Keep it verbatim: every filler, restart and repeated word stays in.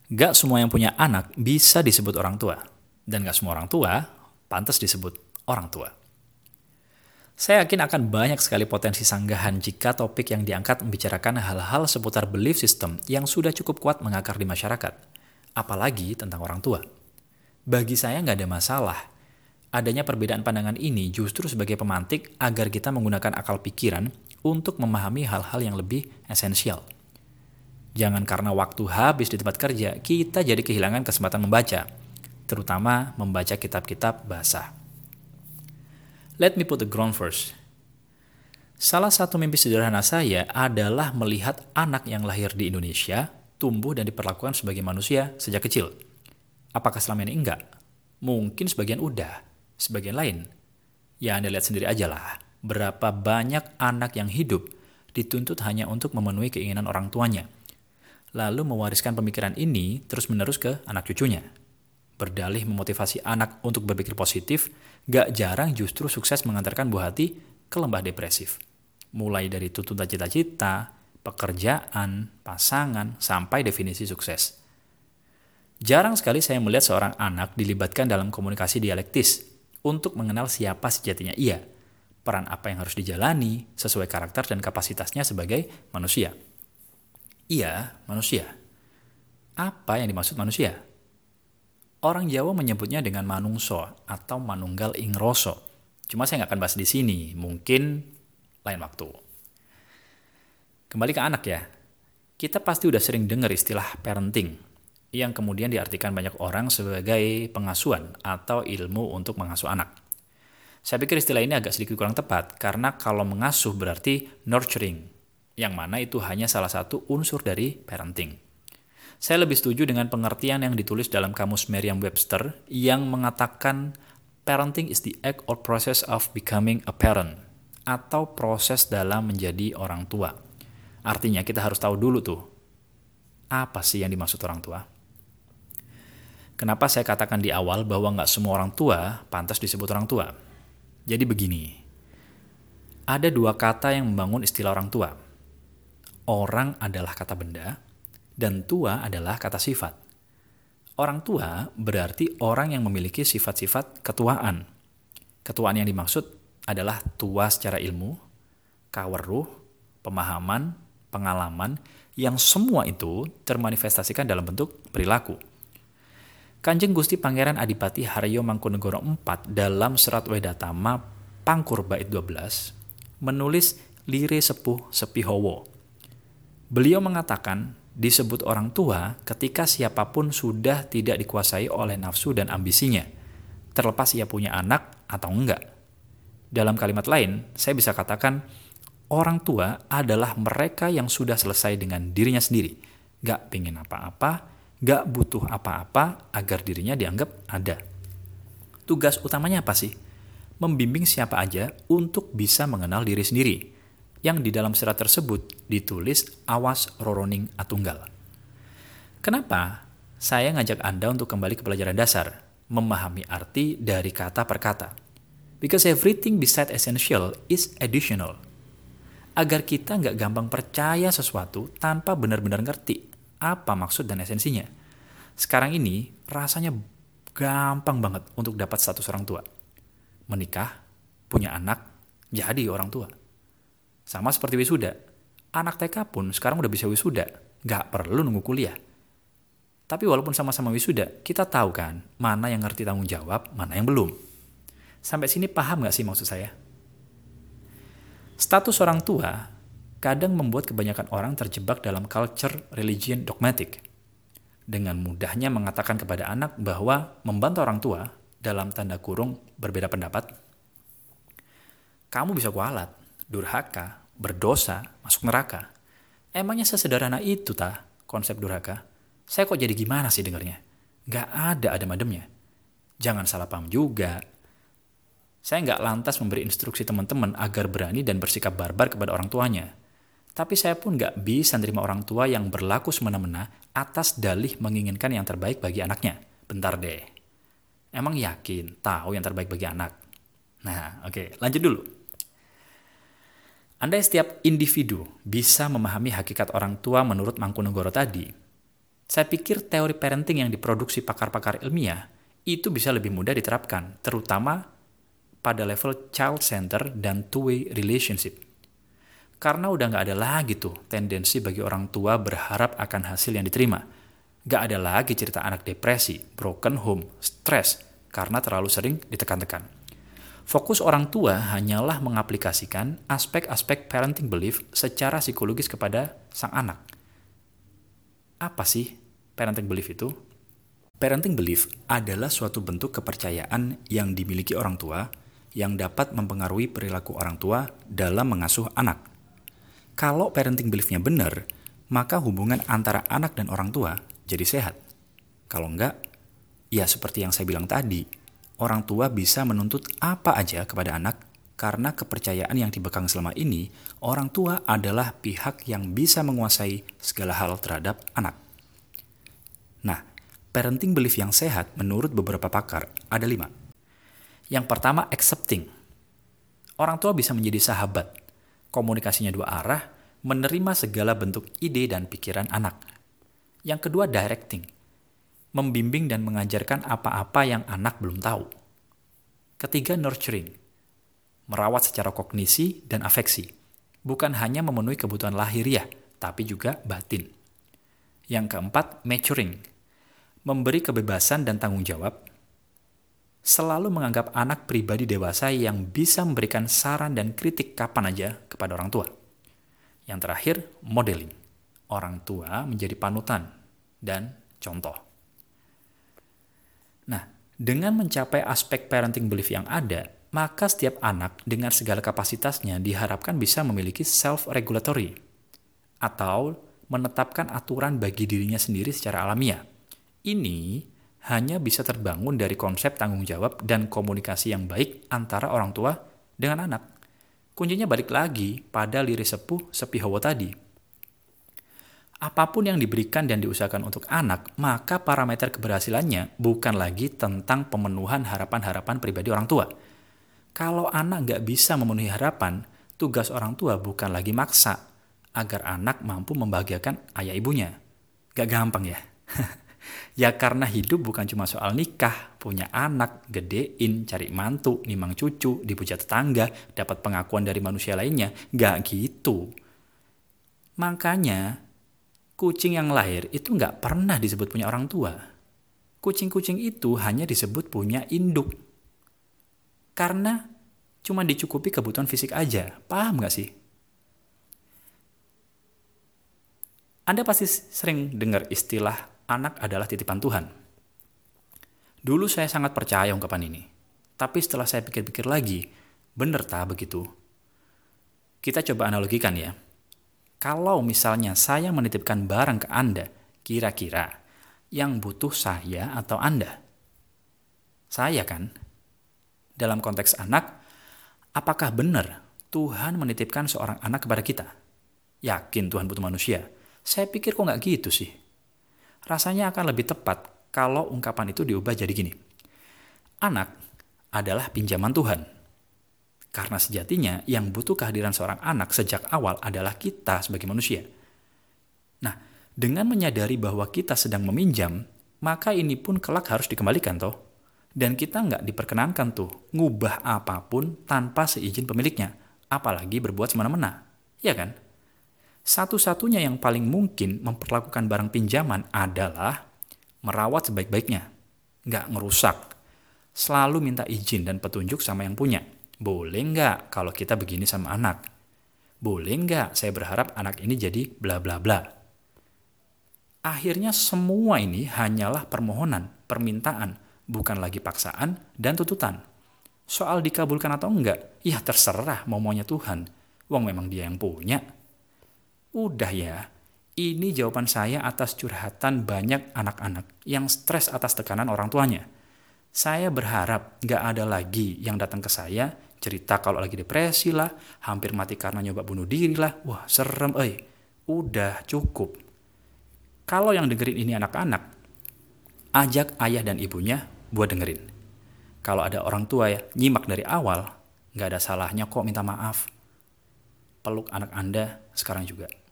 Gak semua yang punya anak bisa disebut orang tua. Dan gak semua orang tua pantas disebut orang tua. Saya yakin akan banyak sekali potensi sanggahan jika topik yang diangkat membicarakan hal-hal seputar belief system yang sudah cukup kuat mengakar di masyarakat. Apalagi tentang orang tua. Bagi saya nggak ada masalah. Adanya perbedaan pandangan ini justru sebagai pemantik agar kita menggunakan akal pikiran untuk memahami hal-hal yang lebih esensial. Jangan karena waktu habis di tempat kerja, kita jadi kehilangan kesempatan membaca, terutama membaca kitab-kitab basah. Let me put the ground first. Salah satu mimpi sederhana saya adalah melihat anak yang lahir di Indonesia tumbuh dan diperlakukan sebagai manusia sejak kecil. Apakah selama ini enggak? Mungkin sebagian udah, sebagian lain. Ya Anda lihat sendiri aja lah, berapa banyak anak yang hidup dituntut hanya untuk memenuhi keinginan orang tuanya. Lalu mewariskan pemikiran ini terus-menerus ke anak cucunya. Berdalih memotivasi anak untuk berpikir positif, gak jarang justru sukses mengantarkan buah hati ke lembah depresif. Mulai dari tuntutan cita-cita, pekerjaan, pasangan, sampai definisi sukses. Jarang sekali saya melihat seorang anak dilibatkan dalam komunikasi dialektis untuk mengenal siapa sejatinya ia, peran apa yang harus dijalani sesuai karakter dan kapasitasnya sebagai manusia. Ia manusia. Apa yang dimaksud manusia? Orang Jawa menyebutnya dengan manungso atau manunggal ing rasa. Cuma saya nggak akan bahas di sini, mungkin lain waktu. Kembali ke anak ya. Kita pasti udah sering dengar istilah parenting, yang kemudian diartikan banyak orang sebagai pengasuhan atau ilmu untuk mengasuh anak. Saya pikir istilah ini agak sedikit kurang tepat, karena kalau mengasuh berarti nurturing, yang mana itu hanya salah satu unsur dari parenting. Saya lebih setuju dengan pengertian yang ditulis dalam kamus Merriam-Webster yang mengatakan parenting is the act or process of becoming a parent, atau proses dalam menjadi orang tua. Artinya kita harus tahu dulu tuh, apa sih yang dimaksud orang tua? Kenapa saya katakan di awal bahwa nggak semua orang tua pantas disebut orang tua? Jadi begini, ada dua kata yang membangun istilah orang tua. Orang adalah kata benda, dan tua adalah kata sifat. Orang tua berarti orang yang memiliki sifat-sifat ketuaan. Ketuaan yang dimaksud adalah tua secara ilmu, kaweruh, pemahaman, pengalaman, yang semua itu termanifestasikan dalam bentuk perilaku. Kanjeng Gusti Pangeran Adipati Haryo Mangkunegoro keempat dalam Serat Wedatama Pangkur Bait dua belas menulis Lire Sepuh Sepihowo. Beliau mengatakan disebut orang tua ketika siapapun sudah tidak dikuasai oleh nafsu dan ambisinya, terlepas ia punya anak atau enggak. Dalam kalimat lain, saya bisa katakan orang tua adalah mereka yang sudah selesai dengan dirinya sendiri, gak pengen apa-apa, gak butuh apa-apa agar dirinya dianggap ada. Tugas utamanya apa sih? Membimbing siapa aja untuk bisa mengenal diri sendiri, yang di dalam serat tersebut ditulis awas roroning atunggal. Kenapa saya ngajak Anda untuk kembali ke pelajaran dasar, memahami arti dari kata per kata? Because everything beside essential is additional. Agar kita nggak gampang percaya sesuatu tanpa benar-benar ngerti apa maksud dan esensinya. Sekarang ini rasanya gampang banget untuk dapat status orang tua. Menikah, punya anak, jadi orang tua. Sama seperti wisuda, anak T K pun sekarang udah bisa wisuda, gak perlu nunggu kuliah. Tapi walaupun sama-sama wisuda, kita tahu kan mana yang ngerti tanggung jawab, mana yang belum. Sampai sini paham gak sih maksud saya? Status orang tua kadang membuat kebanyakan orang terjebak dalam culture religion dogmatic. Dengan mudahnya mengatakan kepada anak bahwa membantu orang tua, dalam tanda kurung berbeda pendapat, kamu bisa kualat, durhaka, berdosa, masuk neraka. Emangnya sesederhana itu tah konsep durhaka? Saya kok jadi gimana sih dengarnya? Gak ada adem-ademnya. Jangan salah paham juga. Saya nggak lantas memberi instruksi teman-teman agar berani dan bersikap barbar kepada orang tuanya. Tapi saya pun nggak bisa menerima orang tua yang berlaku semena-mena atas dalih menginginkan yang terbaik bagi anaknya. Bentar deh. Emang yakin tahu yang terbaik bagi anak? Nah, oke, okay, lanjut dulu. Andai setiap individu bisa memahami hakikat orang tua menurut Mangkunegoro tadi, Saya pikir teori parenting yang diproduksi pakar-pakar ilmiah itu bisa lebih mudah diterapkan, terutama pada level child center dan two-way relationship. Karena udah nggak ada lagi tuh tendensi bagi orang tua berharap akan hasil yang diterima. Nggak ada lagi cerita anak depresi, broken home, stres, karena terlalu sering ditekan-tekan. Fokus orang tua hanyalah mengaplikasikan aspek-aspek parenting belief secara psikologis kepada sang anak. Apa sih parenting belief itu? Parenting belief adalah suatu bentuk kepercayaan yang dimiliki orang tua yang dapat mempengaruhi perilaku orang tua dalam mengasuh anak. Kalau parenting belief-nya benar, maka hubungan antara anak dan orang tua jadi sehat. Kalau enggak, ya seperti yang saya bilang tadi, orang tua bisa menuntut apa aja kepada anak karena kepercayaan yang dibekang selama ini, orang tua adalah pihak yang bisa menguasai segala hal terhadap anak. Nah, parenting belief yang sehat menurut beberapa pakar ada lima. Yang pertama, accepting. Orang tua bisa menjadi sahabat, komunikasinya dua arah, menerima segala bentuk ide dan pikiran anak. Yang kedua, directing. Membimbing dan mengajarkan apa-apa yang anak belum tahu. Ketiga, nurturing. Merawat secara kognisi dan afeksi. Bukan hanya memenuhi kebutuhan lahiriah, tapi juga batin. Yang keempat, maturing. Memberi kebebasan dan tanggung jawab. Selalu menganggap anak pribadi dewasa yang bisa memberikan saran dan kritik kapan aja kepada orang tua. Yang terakhir, modeling. Orang tua menjadi panutan dan contoh. Nah, dengan mencapai aspek parenting belief yang ada, maka setiap anak dengan segala kapasitasnya diharapkan bisa memiliki self-regulatory atau menetapkan aturan bagi dirinya sendiri secara alamiah. Ini hanya bisa terbangun dari konsep tanggung jawab dan komunikasi yang baik antara orang tua dengan anak. Kuncinya balik lagi pada liris sepuh Sepihowo tadi. Apapun yang diberikan dan diusahakan untuk anak, maka parameter keberhasilannya bukan lagi tentang pemenuhan harapan-harapan pribadi orang tua. Kalau anak nggak bisa memenuhi harapan, tugas orang tua bukan lagi maksa agar anak mampu membahagiakan ayah ibunya. Gak gampang ya? Ya karena hidup bukan cuma soal nikah, punya anak, gedein, cari mantu, nimang cucu, dipuja tetangga, dapat pengakuan dari manusia lainnya. Gak gitu. Makanya, kucing yang lahir itu gak pernah disebut punya orang tua. Kucing-kucing itu hanya disebut punya induk. Karena cuma dicukupi kebutuhan fisik aja. Paham gak sih? Anda pasti sering dengar istilah anak adalah titipan Tuhan. Dulu saya sangat percaya ungkapan ini. Tapi setelah saya pikir-pikir lagi, bener tak begitu? Kita coba analogikan ya. Kalau misalnya saya menitipkan barang ke Anda, kira-kira yang butuh saya atau Anda? Saya kan? Dalam konteks anak, apakah benar Tuhan menitipkan seorang anak kepada kita? Yakin Tuhan butuh manusia? Saya pikir kok nggak gitu sih. Rasanya akan lebih tepat kalau ungkapan itu diubah jadi gini. Anak adalah pinjaman Tuhan. Karena sejatinya yang butuh kehadiran seorang anak sejak awal adalah kita sebagai manusia. Nah, dengan menyadari bahwa kita sedang meminjam, maka ini pun kelak harus dikembalikan toh. Dan kita nggak diperkenankan tuh ngubah apapun tanpa seizin pemiliknya. Apalagi berbuat semena-mena. Ya kan? Satu-satunya yang paling mungkin memperlakukan barang pinjaman adalah merawat sebaik-baiknya. Nggak ngerusak. Selalu minta izin dan petunjuk sama yang punya. Boleh nggak kalau kita begini sama anak? Boleh nggak saya berharap anak ini jadi bla bla bla? Akhirnya semua ini hanyalah permohonan, permintaan, bukan lagi paksaan dan tuntutan. Soal dikabulkan atau enggak, ya terserah mau maunya Tuhan. Wong memang dia yang punya. Udah ya, ini jawaban saya atas curhatan banyak anak-anak yang stres atas tekanan orang tuanya. Saya berharap gak ada lagi yang datang ke saya, cerita kalau lagi depresi lah, hampir mati karena nyoba bunuh diri lah. Wah serem, eh. Udah cukup. Kalau yang dengerin ini anak-anak, ajak ayah dan ibunya buat dengerin. Kalau ada orang tua ya nyimak dari awal, gak ada salahnya kok minta maaf. Peluk anak Anda sekarang juga.